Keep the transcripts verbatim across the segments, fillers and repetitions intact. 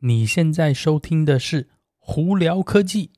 你现在收听的是胡聊科技。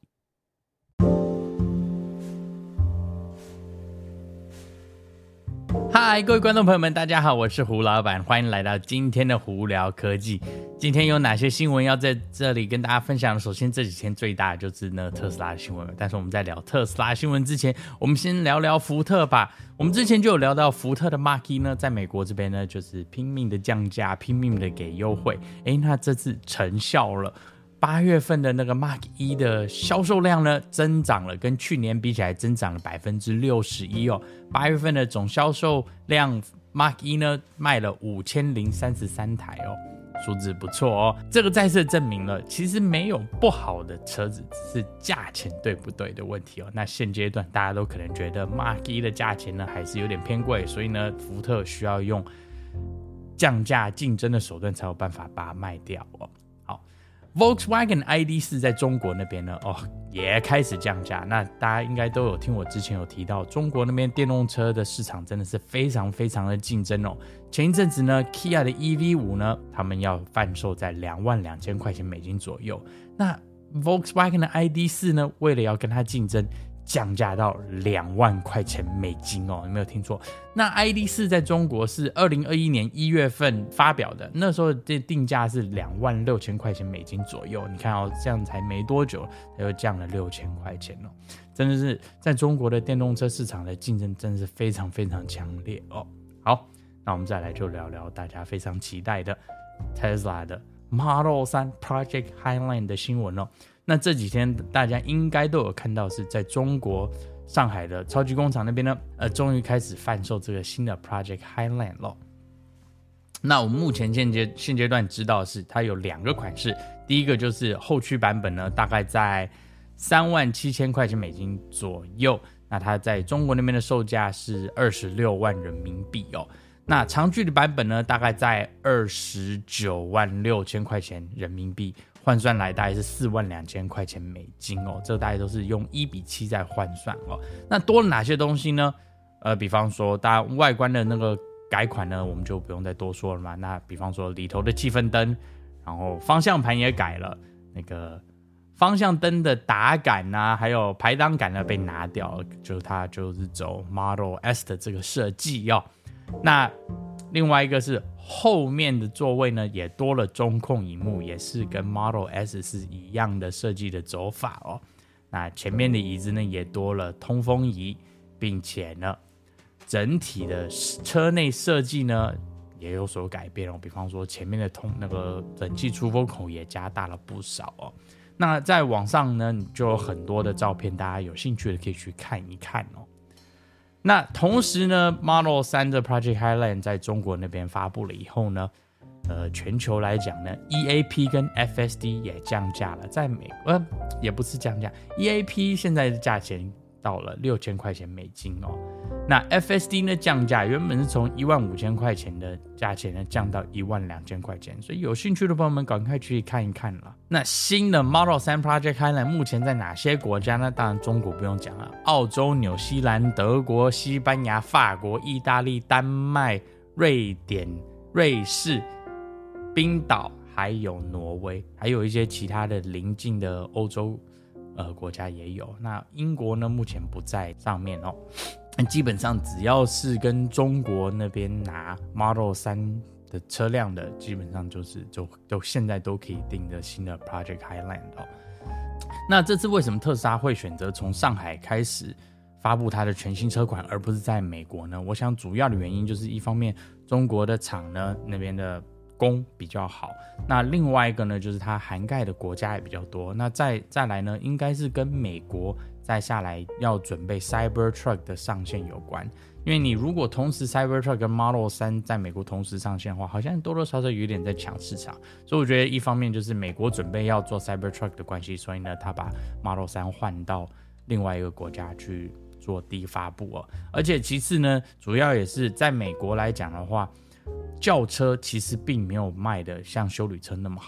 嗨，各位观众朋友们，大家好，我是胡老板，欢迎来到今天的胡聊科技。今天有哪些新闻要在这里跟大家分享？首先这几天最大的就是呢特斯拉的新闻，但是我们在聊特斯拉新闻之前，我们先聊聊福特吧。我们之前就有聊到福特的 Mark 一呢，在美国这边呢就是拼命的降价，拼命的给优惠，诶，那这次成效了。八月份的那个 Mark 一的销售量呢增长了，跟去年比起来增长了 百分之六十一 哦。八月份的总销售量 Mark 一呢卖了五千零三十三台哦，数字不错哦。这个再次证明了其实没有不好的车子，只是价钱对不对的问题哦。那现阶段大家都可能觉得 Mark 一的价钱呢还是有点偏贵，所以呢福特需要用降价竞争的手段才有办法把它卖掉哦。Volkswagen I D 四 在中国那边呢，哦，也开始降价。那大家应该都有听我之前有提到，中国那边电动车的市场真的是非常非常的竞争哦。前一阵子呢 ，Kia 的 E V 五 呢，他们要贩售在两万两千块钱美金左右。那 Volkswagen 的 I D 四 呢，为了要跟它竞争，降价到两万块钱美金哦，有没有听错？那 I D 四 在中国是二零二一年一月份发表的，那时候的定价是两万六千块钱美金左右。你看哦，这样才没多久，它又降了六千块钱哦，真的是在中国的电动车市场的竞争真的是非常非常强烈哦。好，那我们再来就聊聊大家非常期待的 Tesla 的 Model 三 Project Highline 的新闻哦。那这几天大家应该都有看到，是在中国上海的超级工厂那边呢，呃，终于开始贩售这个新的 Project Highline 了。那我们目前现阶现阶段知道的是，它有两个款式，第一个就是后驱版本呢，大概在三万七千块钱美金左右，那它在中国那边的售价是二十六万人民币哦。那长距离版本呢，大概在二十九万六千块钱人民币。换算来大概是四万两千块钱美金哦，这大概都是用一比七在换算哦。那多了哪些东西呢？呃，比方说，大家外观的那个改款呢，我们就不用再多说了嘛。那比方说里头的气氛灯，然后方向盘也改了，那个方向灯的打杆啊，还有排档杆呢被拿掉了，就它就是走 Model S 的这个设计哦。那另外一个是后面的座位呢，也多了中控萤幕，也是跟 Model S 是一样的设计的走法哦。那前面的椅子呢，也多了通风椅，并且呢，整体的车内设计呢也有所改变哦。比方说前面的通那个冷气出风口也加大了不少哦。那在网上呢，你就有很多的照片，大家有兴趣的可以去看一看哦。那同时呢 Model 三的 Project Highline 在中国那边发布了以后呢，呃，全球来讲呢 E A P 跟 F S D 也降价了，在美国、呃、也不是降价 E A P 现在的价钱到了六千块钱美金哦。那 F S D 呢降价，原本是从一万五千块钱的价钱呢降到一万两千块钱，所以有兴趣的朋友们赶快去看一看了。那新的 Model 三 Project Highline 目前在哪些国家呢？当然中国不用讲了，澳洲、纽西兰、德国、西班牙、法国、意大利、丹麦、瑞典、瑞士、冰岛，还有挪威，还有一些其他的邻近的欧洲呃国家也有。那英国呢目前不在上面哦。基本上只要是跟中国那边拿 Model 三的车辆的，基本上就是就就现在都可以订的新的 Project Highline 哦。那这次为什么特斯拉会选择从上海开始发布它的全新车款，而不是在美国呢？我想主要的原因就是一方面中国的厂呢那边的工比较好，那另外一个呢就是它涵盖的国家也比较多，那再再来呢应该是跟美国再下来要准备 Cybertruck 的上线有关。因为你如果同时 Cybertruck 跟 Model 三在美国同时上线的话，好像多多少少有点在抢市场，所以我觉得一方面就是美国准备要做 Cybertruck 的关系，所以呢他把 Model 三换到另外一个国家去做第一发布哦。而且其次呢，主要也是在美国来讲的话，轿车其实并没有卖的像休旅车那么好，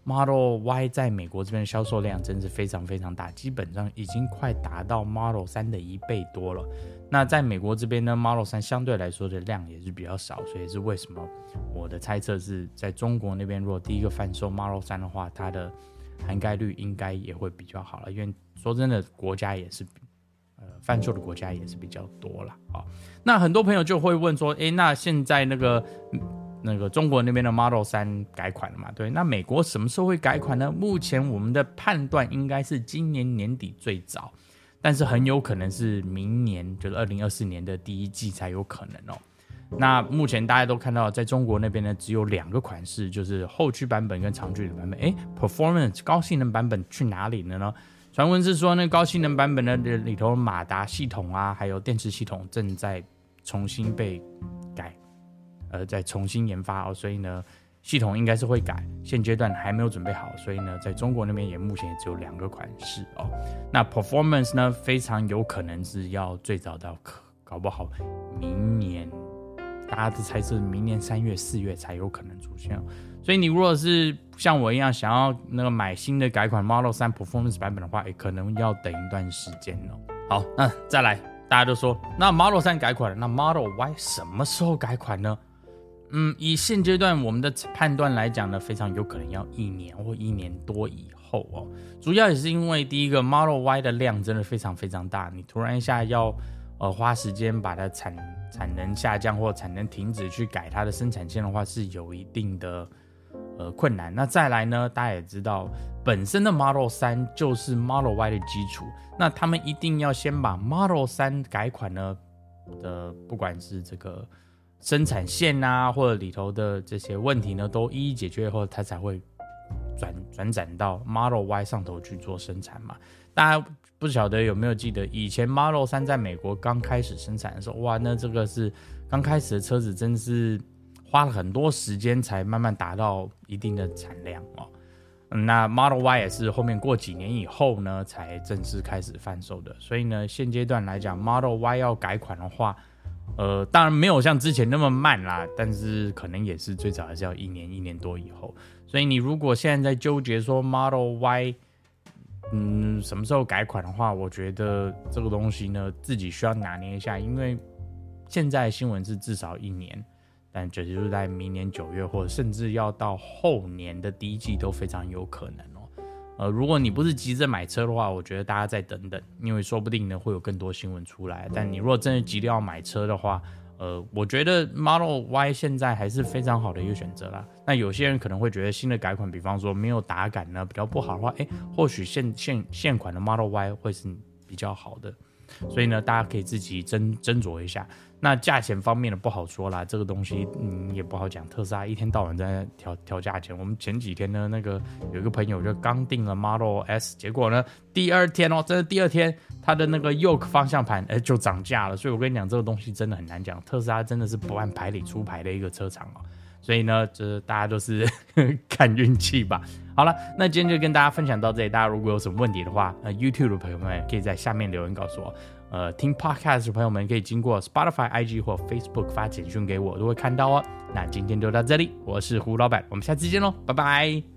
Model Y 在美国这边的销售量真是非常非常大，基本上已经快达到 Model 三的一倍多了。那在美国这边呢 Model 三相对来说的量也是比较少，所以是为什么我的猜测是在中国那边如果第一个贩售 Model 三的话，它的涵盖率应该也会比较好了，因为说真的国家也是呃贩售的国家也是比较多了。好，那很多朋友就会问说，诶，那现在那个那个中国那边的 Model 三改款了嘛？对，那美国什么时候会改款呢？目前我们的判断应该是今年年底最早，但是很有可能是明年，就是二零二四年的第一季才有可能哦。那目前大家都看到，在中国那边呢，只有两个款式，就是后驱版本跟长距离版本。诶 ，Performance 高性能版本去哪里了呢？传闻是说，那高性能版本的里头马达系统啊，还有电池系统正在重新被改。呃，再重新研发哦，所以呢，系统应该是会改，现阶段还没有准备好，所以呢，在中国那边也目前也只有两个款式哦。那 performance 呢，非常有可能是要最早到，搞不好明年，大家的猜测明年三月、四月才有可能出现哦。所以你如果是像我一样想要那个买新的改款 Model 三 performance 版本的话，也可能要等一段时间哦。好，那再来，大家都说那 Model 三改款了，那 Model Y 什么时候改款呢？嗯，以现阶段我们的判断来讲呢，非常有可能要一年或一年多以后哦。主要也是因为第一个 Model Y 的量真的非常非常大，你突然一下要呃花时间把它产产能下降或产能停止去改它的生产线的话，是有一定的呃困难。那再来呢，大家也知道，本身的 Model 三就是 Model Y 的基础，那他们一定要先把 Model 三改款呢的，不管是这个生产线啊，或者里头的这些问题呢，都一一解决后，它才会转转展到 Model Y 上头去做生产嘛。大家不晓得有没有记得，以前 Model 三在美国刚开始生产的时候，哇，那这个是刚开始的车子，真是花了很多时间才慢慢达到一定的产量哦。嗯、那 Model Y 也是后面过几年以后呢，才正式开始贩售的。所以呢，现阶段来讲 ，Model Y 要改款的话，呃，当然没有像之前那么慢啦，但是可能也是最早还是要一年一年多以后。所以你如果现在在纠结说 Model Y， 嗯，什么时候改款的话，我觉得这个东西呢，自己需要拿捏一下，因为现在新闻是至少一年，但这就是在明年九月，或者甚至要到后年的第一季都非常有可能哦。呃，如果你不是急着买车的话，我觉得大家再等等，因为说不定呢会有更多新闻出来。但你如果真的急着要买车的话，呃，我觉得 Model Y 现在还是非常好的一个选择啦。那有些人可能会觉得新的改款，比方说没有打感呢比较不好的话，哎，或许现现现款的 Model Y 会是比较好的。所以呢，大家可以自己斟斟酌一下。那价钱方面的不好说啦，这个东西嗯也不好讲。特斯拉一天到晚在调调价钱。我们前几天呢，那个有一个朋友就刚订了 Model S， 结果呢第二天哦，真的第二天他的那个 Yoke 方向盘哎就涨价了。所以我跟你讲，这个东西真的很难讲。特斯拉真的是不按牌理出牌的一个车厂哦。所以呢，就是大家都是看运气吧。好了，那今天就跟大家分享到这里。大家如果有什么问题的话，呃 ，YouTube 的朋友们可以在下面留言告诉我。呃，听 Podcast 的朋友们可以经过 Spotify、I G 或 Facebook 发简讯给我，都会看到哦。那今天就到这里，我是胡老板，我们下次见喽，拜拜。